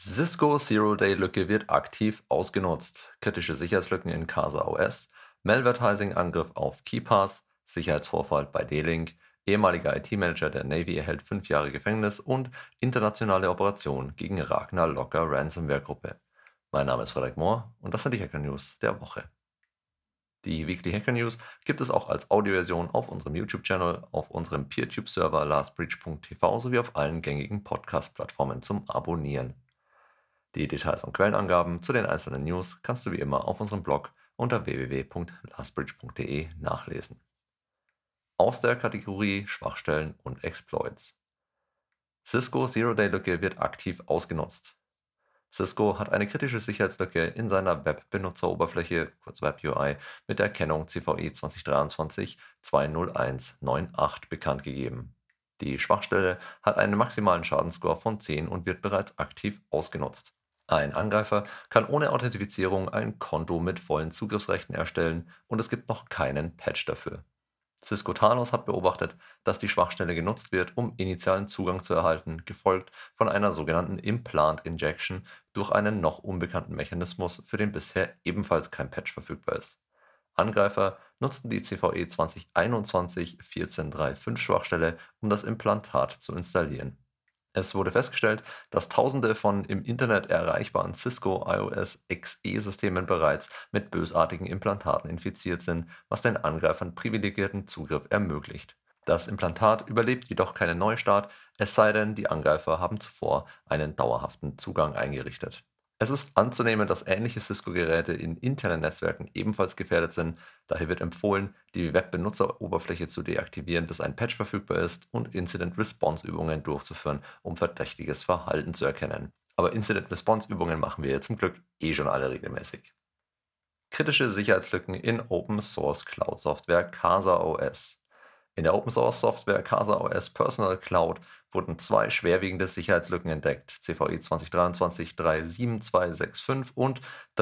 Cisco Zero-Day-Lücke wird aktiv ausgenutzt. Kritische Sicherheitslücken in Casa OS, Malvertising-Angriff auf KeePass, Sicherheitsvorfall bei D-Link, ehemaliger IT-Manager der Navy erhält 5 Jahre Gefängnis und internationale Operation gegen Ragnar Locker Ransomware-Gruppe. Mein Name ist Frederik Mohr und das sind die Hacker News der Woche. Die Weekly Hacker News gibt es auch als Audioversion auf unserem YouTube-Channel, auf unserem PeerTube-Server lastbreach.tv sowie auf allen gängigen Podcast-Plattformen zum Abonnieren. Die Details und Quellenangaben zu den einzelnen News kannst du wie immer auf unserem Blog unter www.lastbridge.de nachlesen. Aus der Kategorie Schwachstellen und Exploits. Cisco Zero-Day-Lücke wird aktiv ausgenutzt. Cisco hat eine kritische Sicherheitslücke in seiner Web-Benutzeroberfläche, kurz Web-UI, mit der Kennung CVE 2023-20198 bekannt gegeben. Die Schwachstelle hat einen maximalen Schadensscore von 10 und wird bereits aktiv ausgenutzt. Ein Angreifer kann ohne Authentifizierung ein Konto mit vollen Zugriffsrechten erstellen und es gibt noch keinen Patch dafür. Cisco Talos hat beobachtet, dass die Schwachstelle genutzt wird, um initialen Zugang zu erhalten, gefolgt von einer sogenannten Implant Injection durch einen noch unbekannten Mechanismus, für den bisher ebenfalls kein Patch verfügbar ist. Angreifer nutzten die CVE 2021-1435 Schwachstelle, um das Implantat zu installieren. Es wurde festgestellt, dass Tausende von im Internet erreichbaren Cisco iOS XE-Systemen bereits mit bösartigen Implantaten infiziert sind, was den Angreifern privilegierten Zugriff ermöglicht. Das Implantat überlebt jedoch keinen Neustart, es sei denn, die Angreifer haben zuvor einen dauerhaften Zugang eingerichtet. Es ist anzunehmen, dass ähnliche Cisco-Geräte in internen Netzwerken ebenfalls gefährdet sind. Daher wird empfohlen, die Webbenutzeroberfläche zu deaktivieren, bis ein Patch verfügbar ist, und Incident-Response-Übungen durchzuführen, um verdächtiges Verhalten zu erkennen. Aber Incident-Response-Übungen machen wir ja zum Glück schon alle regelmäßig. Kritische Sicherheitslücken in Open-Source-Cloud-Software Casa OS. In der Open-Source-Software Casa OS Personal Cloud wurden zwei schwerwiegende Sicherheitslücken entdeckt: CVE 2023-37265 und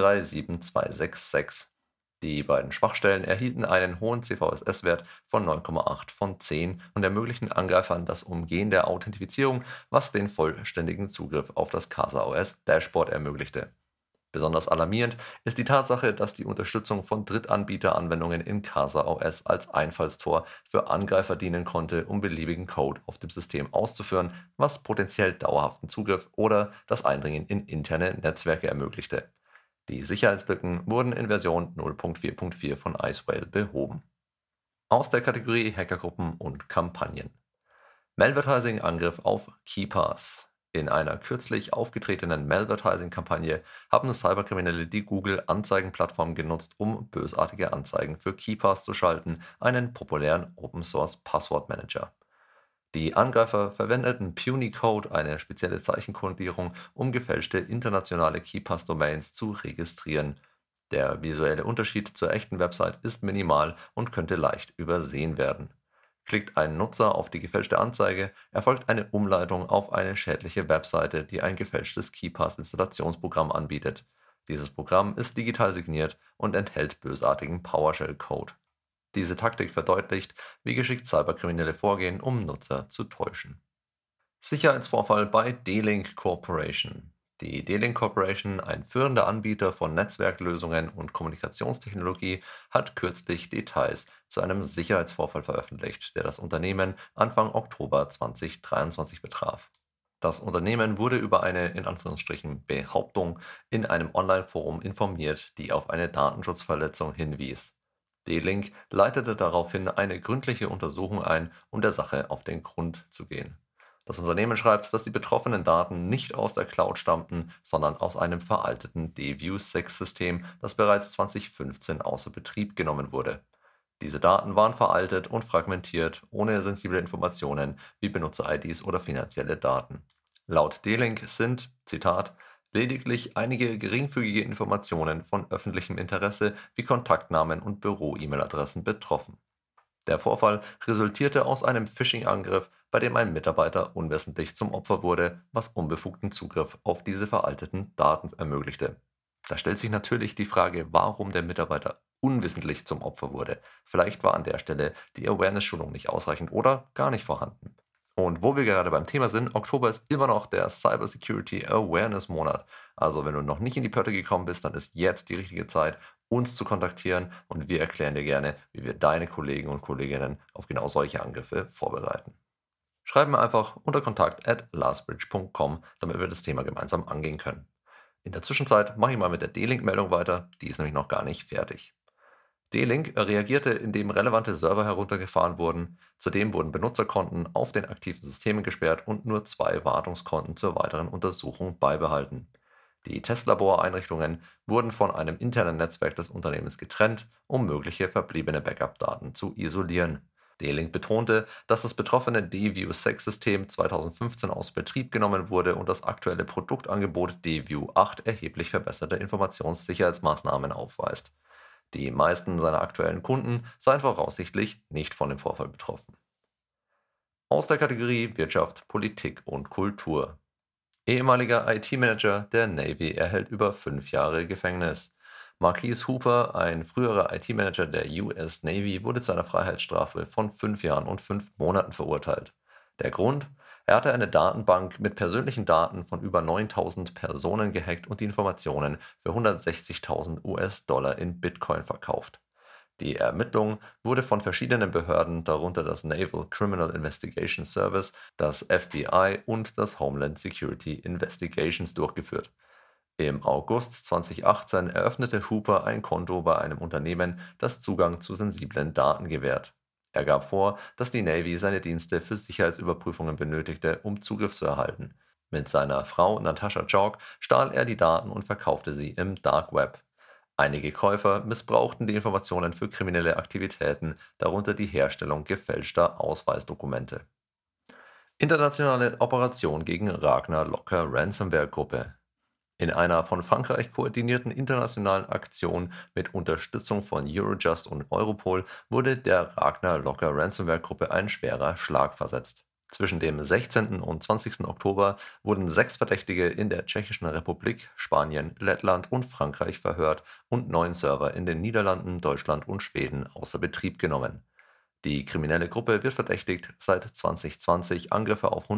37266. Die beiden Schwachstellen erhielten einen hohen CVSS-Wert von 9,8 von 10 und ermöglichen Angreifern das Umgehen der Authentifizierung, was den vollständigen Zugriff auf das Casa OS Dashboard ermöglichte. Besonders alarmierend ist die Tatsache, dass die Unterstützung von Drittanbieteranwendungen in Casa OS als Einfallstor für Angreifer dienen konnte, um beliebigen Code auf dem System auszuführen, was potenziell dauerhaften Zugriff oder das Eindringen in interne Netzwerke ermöglichte. Die Sicherheitslücken wurden in Version 0.4.4 von Icewhale behoben. Aus der Kategorie Hackergruppen und Kampagnen. Malvertising-Angriff auf KeePass. In einer kürzlich aufgetretenen Malvertising-Kampagne haben Cyberkriminelle die Google-Anzeigenplattform genutzt, um bösartige Anzeigen für KeePass zu schalten, einen populären Open-Source-Passwortmanager. Die Angreifer verwendeten Punycode, eine spezielle Zeichenkodierung, um gefälschte internationale KeePass-Domains zu registrieren. Der visuelle Unterschied zur echten Website ist minimal und könnte leicht übersehen werden. Klickt ein Nutzer auf die gefälschte Anzeige, erfolgt eine Umleitung auf eine schädliche Webseite, die ein gefälschtes KeePass-Installationsprogramm anbietet. Dieses Programm ist digital signiert und enthält bösartigen PowerShell-Code. Diese Taktik verdeutlicht, wie geschickt Cyberkriminelle vorgehen, um Nutzer zu täuschen. Sicherheitsvorfall bei D-Link Corporation. Die D-Link Corporation, ein führender Anbieter von Netzwerklösungen und Kommunikationstechnologie, hat kürzlich Details zu einem Sicherheitsvorfall veröffentlicht, der das Unternehmen Anfang Oktober 2023 betraf. Das Unternehmen wurde über eine in Anführungsstrichen Behauptung in einem Online-Forum informiert, die auf eine Datenschutzverletzung hinwies. D-Link leitete daraufhin eine gründliche Untersuchung ein, um der Sache auf den Grund zu gehen. Das Unternehmen schreibt, dass die betroffenen Daten nicht aus der Cloud stammten, sondern aus einem veralteten DView-6-System, das bereits 2015 außer Betrieb genommen wurde. Diese Daten waren veraltet und fragmentiert, ohne sensible Informationen wie Benutzer-IDs oder finanzielle Daten. Laut D-Link sind, Zitat, lediglich einige geringfügige Informationen von öffentlichem Interesse wie Kontaktnamen und Büro-E-Mail-Adressen betroffen. Der Vorfall resultierte aus einem Phishing-Angriff, bei dem ein Mitarbeiter unwissentlich zum Opfer wurde, was unbefugten Zugriff auf diese veralteten Daten ermöglichte. Da stellt sich natürlich die Frage, warum der Mitarbeiter unwissentlich zum Opfer wurde. Vielleicht war an der Stelle die Awareness-Schulung nicht ausreichend oder gar nicht vorhanden. Und wo wir gerade beim Thema sind, Oktober ist immer noch der Cybersecurity Awareness Monat. Also wenn du noch nicht in die Pötte gekommen bist, dann ist jetzt die richtige Zeit, uns zu kontaktieren und wir erklären dir gerne, wie wir deine Kollegen und Kolleginnen auf genau solche Angriffe vorbereiten. Schreib mir einfach unter kontakt@lastbridge.com, damit wir das Thema gemeinsam angehen können. In der Zwischenzeit mache ich mal mit der D-Link-Meldung weiter, die ist nämlich noch gar nicht fertig. D-Link reagierte, indem relevante Server heruntergefahren wurden. Zudem wurden Benutzerkonten auf den aktiven Systemen gesperrt und nur 2 Wartungskonten zur weiteren Untersuchung beibehalten. Die Testlaboreinrichtungen wurden von einem internen Netzwerk des Unternehmens getrennt, um mögliche verbliebene Backup-Daten zu isolieren. D-Link betonte, dass das betroffene DView 6-System 2015 aus Betrieb genommen wurde und das aktuelle Produktangebot DView 8 erheblich verbesserte Informationssicherheitsmaßnahmen aufweist. Die meisten seiner aktuellen Kunden seien voraussichtlich nicht von dem Vorfall betroffen. Aus der Kategorie Wirtschaft, Politik und Kultur. Ehemaliger IT-Manager der Navy erhält über 5 Jahre Gefängnis. Marquise Hooper, ein früherer IT-Manager der US Navy, wurde zu einer Freiheitsstrafe von 5 Jahren und 5 Monaten verurteilt. Der Grund? Er hatte eine Datenbank mit persönlichen Daten von über 9000 Personen gehackt und die Informationen für 160.000 US-Dollar in Bitcoin verkauft. Die Ermittlung wurde von verschiedenen Behörden, darunter das Naval Criminal Investigation Service, das FBI und das Homeland Security Investigations durchgeführt. Im August 2018 eröffnete Hooper ein Konto bei einem Unternehmen, das Zugang zu sensiblen Daten gewährt. Er gab vor, dass die Navy seine Dienste für Sicherheitsüberprüfungen benötigte, um Zugriff zu erhalten. Mit seiner Frau Natasha Chalk stahl er die Daten und verkaufte sie im Dark Web. Einige Käufer missbrauchten die Informationen für kriminelle Aktivitäten, darunter die Herstellung gefälschter Ausweisdokumente. Internationale Operation gegen Ragnar Locker Ransomware-Gruppe. In einer von Frankreich koordinierten internationalen Aktion mit Unterstützung von Eurojust und Europol wurde der Ragnar Locker Ransomware-Gruppe ein schwerer Schlag versetzt. Zwischen dem 16. und 20. Oktober wurden 6 Verdächtige in der Tschechischen Republik, Spanien, Lettland und Frankreich verhört und 9 Server in den Niederlanden, Deutschland und Schweden außer Betrieb genommen. Die kriminelle Gruppe wird verdächtigt, seit 2020 Angriffe auf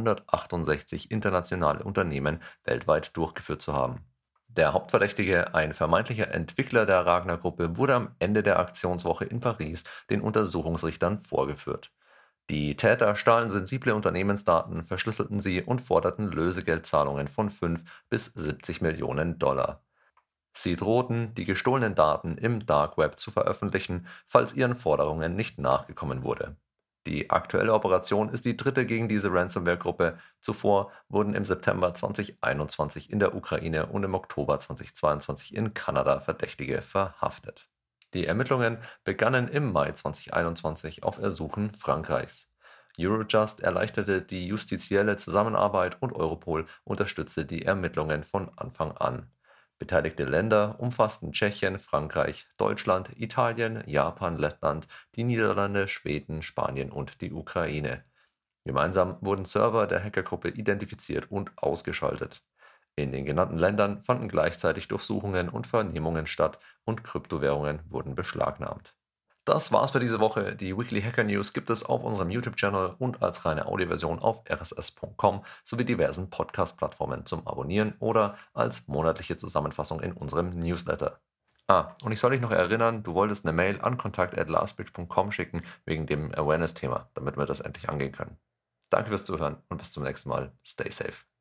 168 internationale Unternehmen weltweit durchgeführt zu haben. Der Hauptverdächtige, ein vermeintlicher Entwickler der Ragnar-Gruppe, wurde am Ende der Aktionswoche in Paris den Untersuchungsrichtern vorgeführt. Die Täter stahlen sensible Unternehmensdaten, verschlüsselten sie und forderten Lösegeldzahlungen von 5 bis 70 Millionen Dollar. Sie drohten, die gestohlenen Daten im Dark Web zu veröffentlichen, falls ihren Forderungen nicht nachgekommen wurde. Die aktuelle Operation ist die dritte gegen diese Ransomware-Gruppe. Zuvor wurden im September 2021 in der Ukraine und im Oktober 2022 in Kanada Verdächtige verhaftet. Die Ermittlungen begannen im Mai 2021 auf Ersuchen Frankreichs. Eurojust erleichterte die justizielle Zusammenarbeit und Europol unterstützte die Ermittlungen von Anfang an. Beteiligte Länder umfassten Tschechien, Frankreich, Deutschland, Italien, Japan, Lettland, die Niederlande, Schweden, Spanien und die Ukraine. Gemeinsam wurden Server der Hackergruppe identifiziert und ausgeschaltet. In den genannten Ländern fanden gleichzeitig Durchsuchungen und Vernehmungen statt und Kryptowährungen wurden beschlagnahmt. Das war's für diese Woche. Die Weekly Hacker News gibt es auf unserem YouTube-Channel und als reine Audioversion auf rss.com sowie diversen Podcast-Plattformen zum Abonnieren oder als monatliche Zusammenfassung in unserem Newsletter. Und ich soll dich noch erinnern, du wolltest eine Mail an kontakt@lastbridge.com schicken wegen dem Awareness-Thema, damit wir das endlich angehen können. Danke fürs Zuhören und bis zum nächsten Mal. Stay safe.